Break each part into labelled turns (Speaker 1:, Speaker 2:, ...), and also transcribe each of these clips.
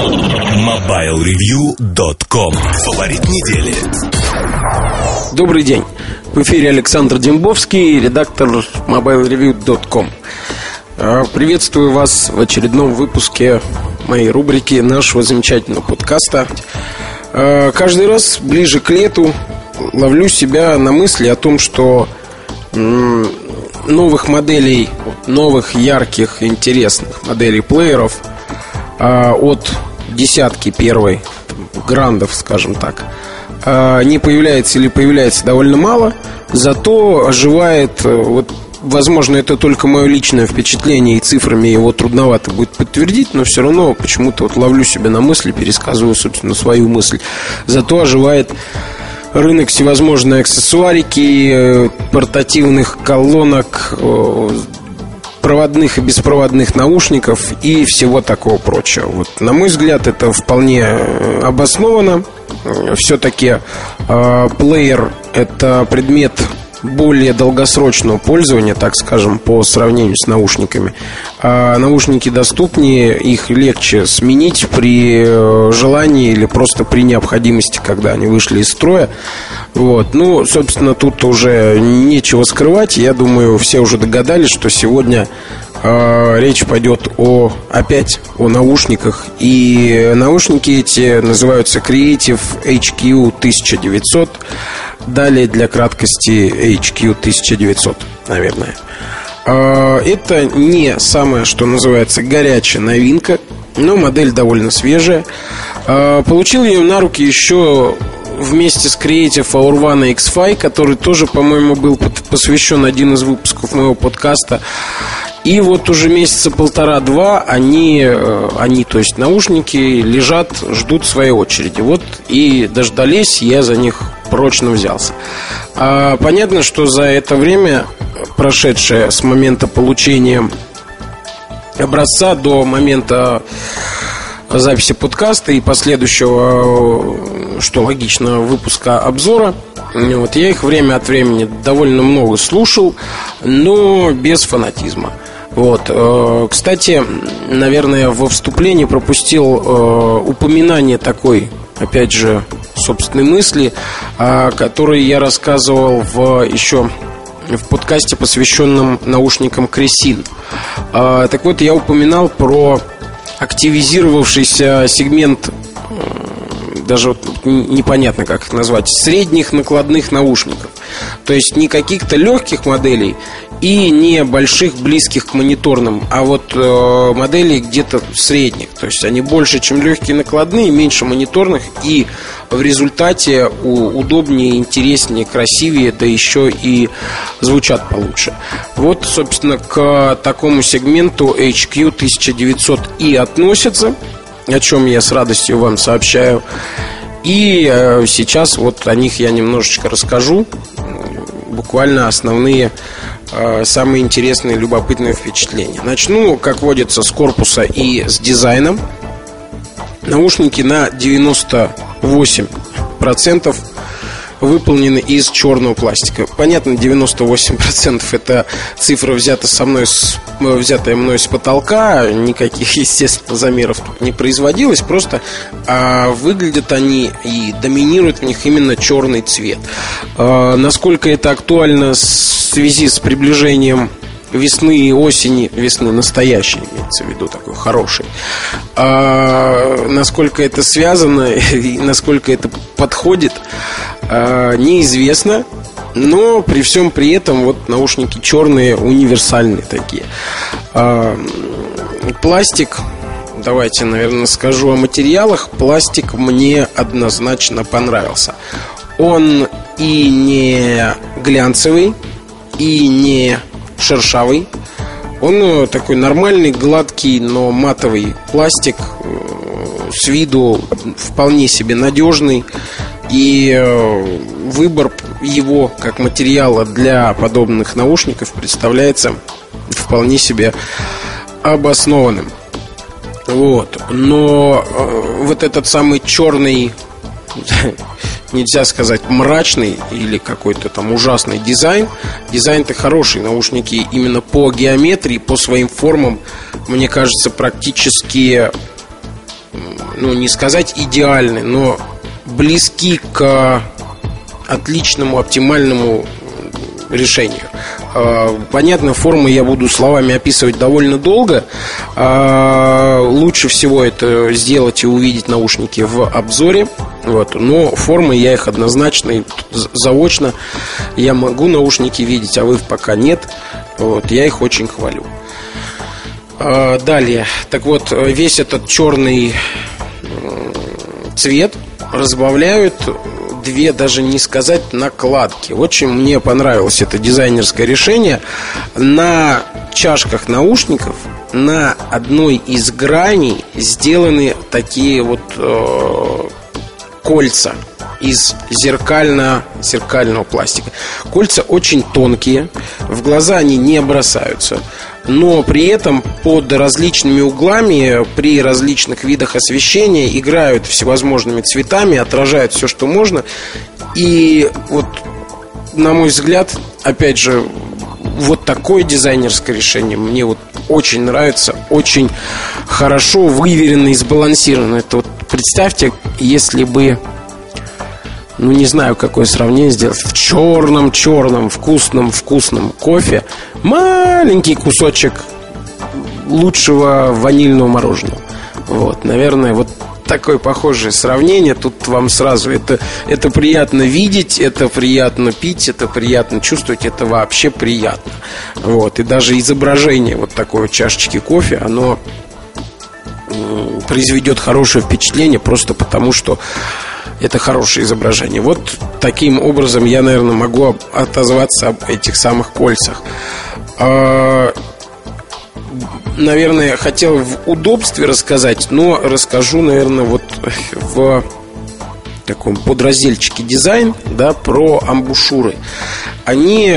Speaker 1: MobileReview.com. Фаворит недели.
Speaker 2: Добрый день. В эфире Александр Дембовский, редактор MobileReview.com. Приветствую вас в очередном выпуске моей рубрики, нашего замечательного подкаста. Каждый раз ближе к лету ловлю себя на мысли о том, что новых моделей, новых, ярких, интересных моделей плееров от десятки первой грандов, скажем так, не появляется или появляется довольно мало. Зато оживает, вот, возможно, это только мое личное впечатление, и цифрами его трудновато будет подтвердить, но все равно почему-то вот ловлю себя на мысли, пересказываю, собственно, свою мысль. Зато оживает рынок всевозможной аксессуарики, портативных колонок, проводных и беспроводных наушников и всего такого прочего. Вот, на мой взгляд, это вполне обосновано. Все-таки плеер – это предмет более долгосрочного пользования, так скажем, по сравнению с наушниками. Наушники доступнее, их легче сменить при желании или просто при необходимости, когда они вышли из строя. Вот. Ну, собственно, тут уже нечего скрывать. Я думаю, все уже догадались, что сегодня речь пойдет опять о наушниках. И наушники эти называются Creative HQ 1900. Далее, для краткости, HQ 1900, наверное. Это не самое, что называется, горячая новинка, но модель довольно свежая. Получил ее на руки еще вместе с Creative Aurvana X-Fi, который тоже, по-моему, был посвящен один из выпусков моего подкаста. И вот уже месяца полтора-два они, то есть наушники, лежат, ждут своей очереди. Вот и дождались, я за них прочно взялся. Понятно, что за это время, прошедшее с момента получения образца до момента записи подкаста и последующего, что логично, выпуска обзора, вот, я их время от времени довольно много слушал, но без фанатизма. Вот. Кстати, наверное, во вступлении пропустил упоминание такой, опять же, собственной мысли, о которой я рассказывал еще в подкасте, посвященном наушникам Cresin. Так вот, я упоминал про активизировавшийся сегмент, даже вот непонятно, как их назвать, средних накладных наушников. То есть не каких-то легких моделей и не больших, близких к мониторным, а вот моделей где-то средних. То есть они больше, чем легкие накладные, меньше мониторных, и в результате удобнее, интереснее, красивее, да еще и звучат получше. Вот, собственно, к такому сегменту HQ 1900 и относится, о чем я с радостью вам сообщаю. И сейчас вот о них я немножечко расскажу. Буквально основные, самые интересные, любопытные впечатления. Начну, как водится, с корпуса и с дизайном. Наушники на 98% выполнены из черного пластика. Понятно, 98% это цифра, взятая мной с потолка. Никаких, естественно, замеров тут не производилось. Просто выглядят они и доминирует в них именно черный цвет. Насколько это актуально в связи с приближением весны и осени, весны настоящей, имеется в виду, такой хороший, насколько это связано и насколько это подходит, неизвестно. Но при всем при этом вот наушники черные, универсальные такие. Пластик, давайте, наверное, скажу о материалах. Пластик мне однозначно понравился. Он и не глянцевый, и не шершавый. Он такой нормальный, гладкий, но матовый пластик, с виду вполне себе надежный. И выбор его как материала для подобных наушников представляется вполне себе обоснованным. Вот. Но вот этот самый черный, нельзя сказать мрачный или какой-то там ужасный дизайн. Дизайн-то хороший. Наушники именно по геометрии, по своим формам, мне кажется, практически не сказать идеальны, но близки к отличному, оптимальному решению. Понятно, формы я буду словами описывать довольно долго. Лучше всего это сделать и увидеть наушники в обзоре. Но формы я их однозначно и заочно я могу наушники видеть, а вы пока нет. Я их очень хвалю. Далее. Так вот, весь этот черный цвет разбавляют две, даже не сказать, накладки. Очень мне понравилось это дизайнерское решение. На чашках наушников на одной из граней сделаны такие вот кольца из зеркального пластика. Кольца очень тонкие, в глаза они не бросаются, но при этом под различными углами, при различных видах освещения играют всевозможными цветами, отражают все, что можно. И вот, на мой взгляд, опять же, вот такое дизайнерское решение мне вот очень нравится, очень хорошо выверено и сбалансировано. Это вот представьте, если бы, не знаю, какое сравнение сделать, в черном вкусном кофе маленький кусочек лучшего ванильного мороженого. Наверное, вот такое похожее сравнение. Тут вам сразу это приятно видеть, это приятно пить, это приятно чувствовать, это вообще приятно. И даже изображение вот такой чашечки кофе, оно произведет хорошее впечатление просто потому, что это хорошее изображение. Вот таким образом я, наверное, могу отозваться об этих самых кольцах. Наверное, хотел в удобстве рассказать, но расскажу, наверное, вот в таком подразделчике дизайн, про амбушюры. Они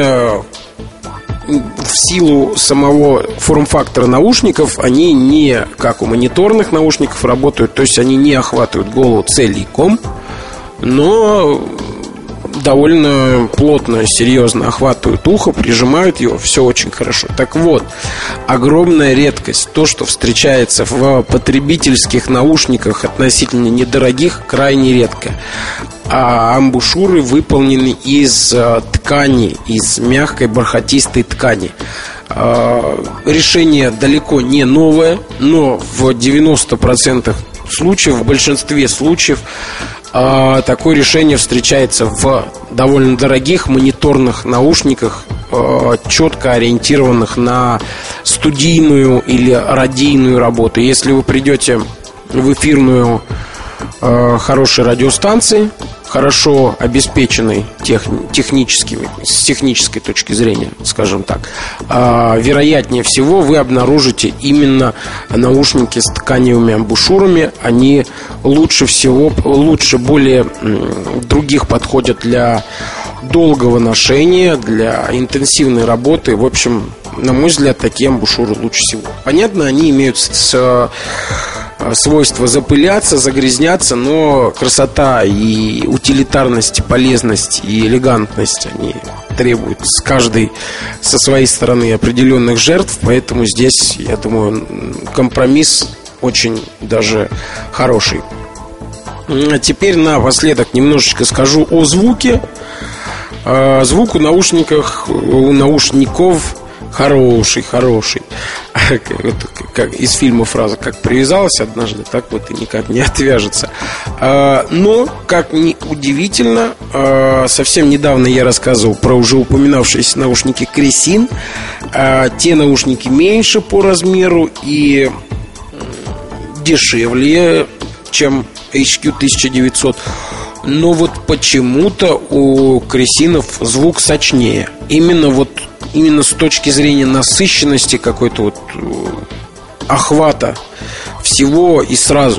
Speaker 2: в силу самого форм-фактора наушников, они не как у мониторных наушников работают, то есть они не охватывают голову целиком, но довольно плотно, серьезно охватывают ухо, прижимают его, все очень хорошо. Так вот, огромная редкость, то, что встречается в потребительских наушниках относительно недорогих, крайне редко. А амбушюры выполнены из ткани, из мягкой бархатистой ткани. Решение далеко не новое, но в 90% случаев, в большинстве случаев такое решение встречается в довольно дорогих мониторных наушниках, четко ориентированных на студийную или радийную работу. Если вы придете в эфирную хорошей радиостанции, хорошо обеспеченной техническими, с технической точки зрения, скажем так, вероятнее всего вы обнаружите именно наушники с тканевыми амбушюрами. Они лучше более других подходят для долгого ношения, для интенсивной работы. В общем, на мой взгляд, такие амбушюры лучше всего. Понятно, они имеют свойство запыляться, загрязняться, но красота и утилитарность, полезность и элегантность они требуют с каждой со своей стороны определенных жертв, поэтому здесь, я думаю, компромисс очень даже хороший. А теперь напоследок немножечко скажу о звуке. Звук у наушников хороший. Как из фильма фраза «как привязалась однажды, так вот и никак не отвяжется». Но, как ни удивительно, совсем недавно я рассказывал про уже упоминавшиеся наушники Cresin. Те наушники меньше по размеру и дешевле, чем HQ1900. Но вот почему-то у Кресинов звук сочнее. Именно с точки зрения насыщенности, какой-то вот охвата всего и сразу.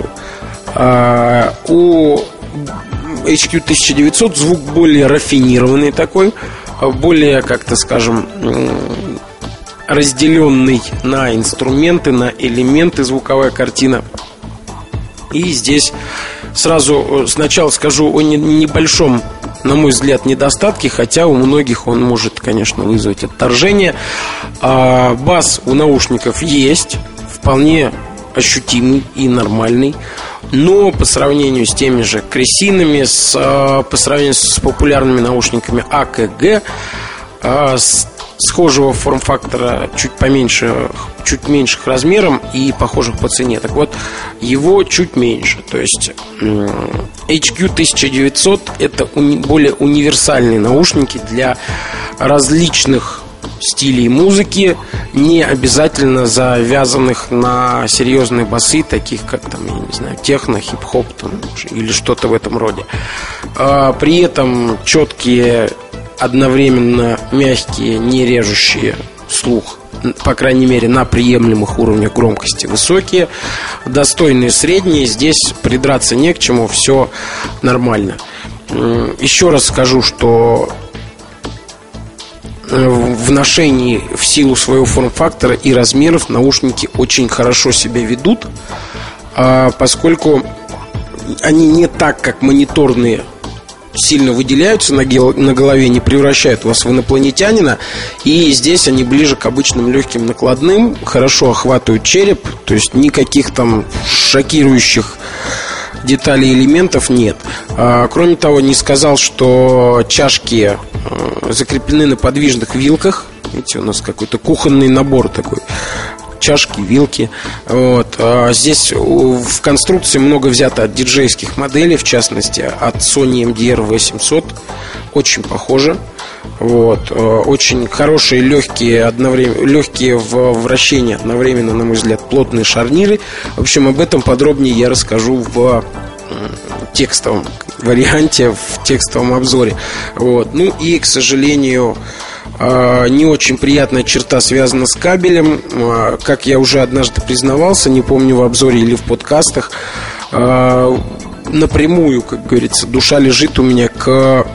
Speaker 2: У HQ1900 звук более рафинированный такой, более, как-то скажем, разделенный на инструменты, на элементы звуковая картина. И здесь сразу сначала скажу о небольшом, на мой взгляд, недостатке, хотя у многих он может, конечно, вызвать отторжение. Бас у наушников есть, вполне ощутимый и нормальный, но по сравнению с теми же Кресинами, по сравнению с популярными наушниками АКГ, схожего форм-фактора, чуть меньших размером и похожих по цене. Так вот, его чуть меньше. То есть HQ1900 это более универсальные наушники для различных стилей музыки, не обязательно завязанных на серьезные басы, таких как там, я не знаю, техно, хип-хоп там, или что-то в этом роде. При этом четкие, одновременно мягкие, не режущие слух, по крайней мере на приемлемых уровнях громкости, высокие, достойные средние. Здесь придраться не к чему, все нормально. Еще раз скажу, что в ношении в силу своего форм-фактора и размеров наушники очень хорошо себя ведут, поскольку они не так, как мониторные, сильно выделяются на голове, не превращают вас в инопланетянина. И здесь они ближе к обычным легким накладным, хорошо охватывают череп, то есть никаких там шокирующих деталей, элементов нет. Кроме того, не сказал, что чашки закреплены на подвижных вилках. Видите, у нас какой-то кухонный набор такой. Чашки, вилки. Вот. Здесь в конструкции много взято от диджейских моделей, в частности от Sony MDR-V700. Очень похоже. Вот. Очень хорошие, легкие в вращении одновременно, на мой взгляд, плотные шарниры. В общем, об этом подробнее я расскажу в текстовом варианте, в текстовом обзоре. Вот. Ну и, к сожалению, не очень приятная черта связана с кабелем. Как я уже однажды признавался, не помню, в обзоре или в подкастах, напрямую, как говорится, душа лежит у меня к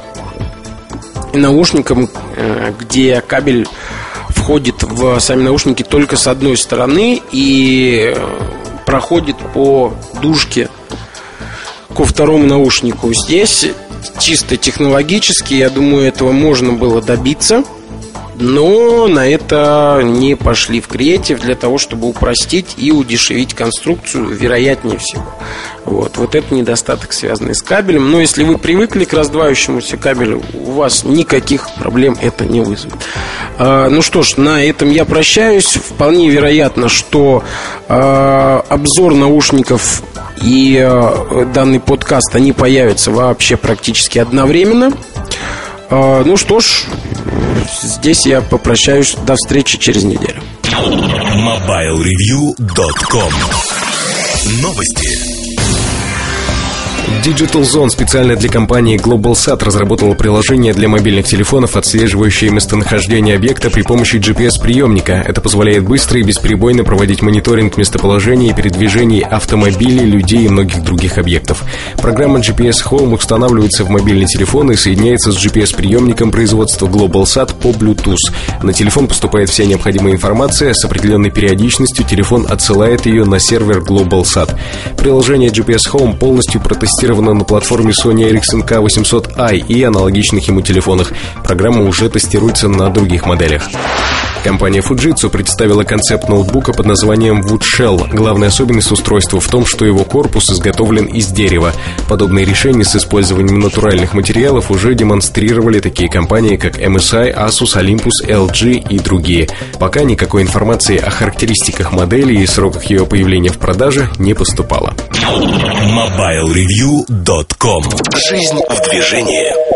Speaker 2: наушникам, где кабель входит в сами наушники только с одной стороны и проходит по дужке ко второму наушнику. Здесь чисто технологически, я думаю, этого можно было добиться, но на это не пошли в креатив для того, чтобы упростить и удешевить конструкцию, вероятнее всего. Вот это недостаток, связанный с кабелем. Но если вы привыкли к раздваивающемуся кабелю, у вас никаких проблем это не вызовет. Ну что ж, на этом я прощаюсь. Вполне вероятно, что обзор наушников и данный подкаст, они появятся вообще практически одновременно. Ну что ж, здесь я попрощаюсь. До встречи через неделю.
Speaker 1: MobileReview.com. Новости.
Speaker 3: Digital Zone специально для компании GlobalSat разработала приложение для мобильных телефонов, отслеживающее местонахождение объекта при помощи GPS-приемника. Это позволяет быстро и бесперебойно проводить мониторинг местоположения и передвижений автомобилей, людей и многих других объектов. Программа GPS Home устанавливается в мобильный телефон и соединяется с GPS-приемником производства GlobalSat по Bluetooth. На телефон поступает вся необходимая информация, с определенной периодичностью телефон отсылает ее на сервер GlobalSat. Приложение GPS Home полностью протестировано на платформе Sony Ericsson K800i и аналогичных ему телефонах. Программа уже тестируется на других моделях. Компания Fujitsu представила концепт ноутбука под названием Woodshell. Главная особенность устройства в том, что его корпус изготовлен из дерева. Подобные решения с использованием натуральных материалов уже демонстрировали такие компании, как MSI, Asus, Olympus, LG и другие. Пока никакой информации о характеристиках модели и сроках ее появления в продаже не поступало.
Speaker 1: MobileReview.com. Жизнь в движении.